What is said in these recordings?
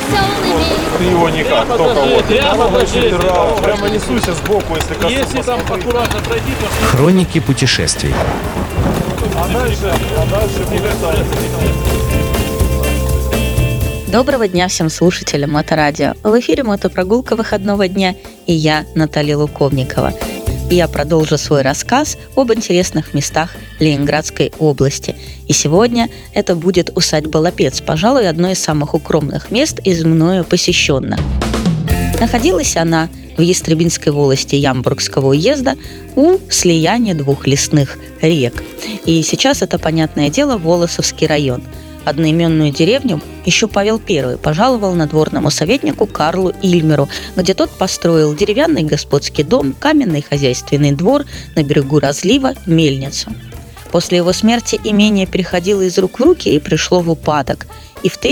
Ты его никак, только вот. Прямо несуйся сбоку, если коснуться. Если там аккуратно пройти, то... Хроники путешествий. А дальше Доброго дня всем слушателям Моторадио. В эфире мотопрогулка выходного дня и я, Наталья Луковникова. И я продолжу свой рассказ об интересных местах Ленинградской области. И сегодня это будет усадьба Лапец, пожалуй, одно из самых укромных мест из мною посещенных. Находилась она в Ястребинской волости Ямбургского уезда у слияния двух лесных рек. И сейчас это, понятное дело, Волосовский район. Одноименную деревню еще Павел I пожаловал надворному советнику Карлу Ильмеру, где тот построил деревянный господский дом, каменный хозяйственный двор, на берегу разлива мельницу. После его смерти имение переходило из рук в руки и пришло в упадок. И в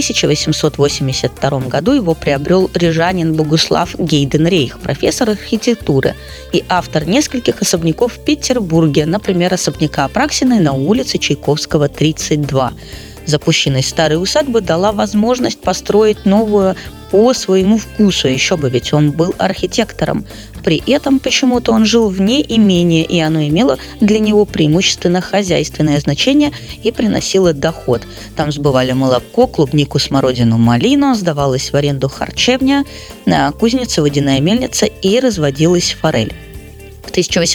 1882 году его приобрел рижанин Богуслав Гейденрейх, профессор архитектуры и автор нескольких особняков в Петербурге, например, особняка Апраксиной на улице Чайковского, 32. Запущенность старой усадьбы дала возможность построить новую по своему вкусу, еще бы, ведь он был архитектором. При этом почему-то он жил вне имения, и оно имело для него преимущественно хозяйственное значение и приносило доход. Там сбывали молоко, клубнику, смородину, малину, сдавалась в аренду харчевня, кузница, водяная мельница и разводилась форель. В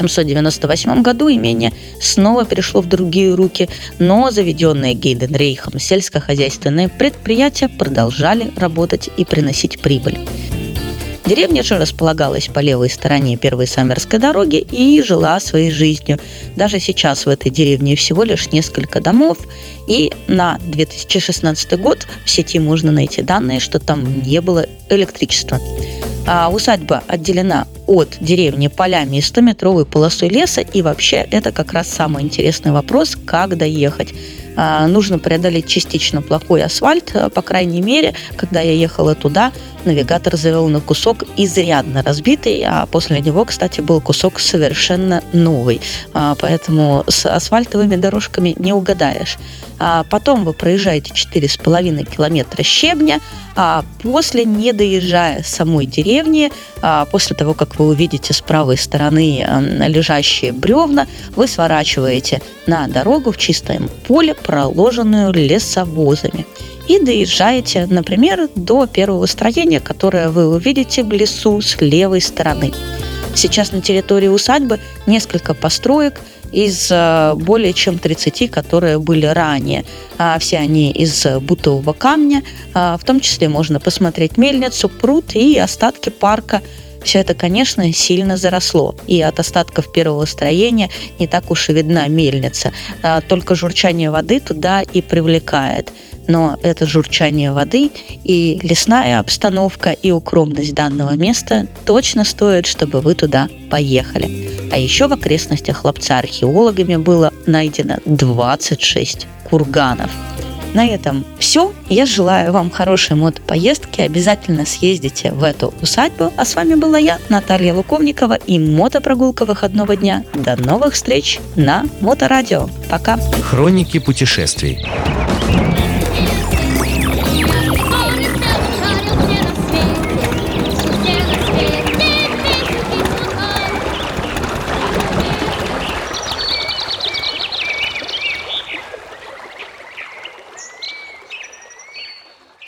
1898 году имение снова перешло в другие руки, но заведенные Гейденрейхом сельскохозяйственные предприятия продолжали работать и приносить прибыль. Деревня же располагалась по левой стороне Первой Самарской дороги и жила своей жизнью. Даже сейчас в этой деревне всего лишь несколько домов, и на 2016 год в сети можно найти данные, что там не было электричества. А усадьба отделена от деревни полями и 100-метровой полосой леса, и вообще это как раз самый интересный вопрос, как доехать. Нужно преодолеть частично плохой асфальт, по крайней мере, когда я ехала туда, навигатор завел на кусок изрядно разбитый, а после него, кстати, был кусок совершенно новый, поэтому с асфальтовыми дорожками не угадаешь. Потом вы проезжаете 4,5 километра щебня, а после, не доезжая самой деревни, после того, как вы увидите с правой стороны лежащие бревна, вы сворачиваете на дорогу в чистое поле, проложенную лесовозами, и доезжаете, например, до первого строения, которое вы увидите в лесу с левой стороны. Сейчас на территории усадьбы несколько построек из более чем 30, которые были ранее. Все они из бутового камня. В том числе можно посмотреть мельницу, пруд и остатки парка. Все это, конечно, сильно заросло. И от остатков первого строения не так уж и видна мельница. Только журчание воды туда и привлекает. Но это журчание воды и лесная обстановка, и укромность данного места точно стоит, чтобы вы туда поехали. А еще в окрестностях Лапца археологами было найдено 26 курганов. На этом все. Я желаю вам хорошей мотопоездки. Обязательно съездите в эту усадьбу. А с вами была я, Наталья Луковникова, и мотопрогулка выходного дня. До новых встреч на Моторадио. Пока. Хроники путешествий.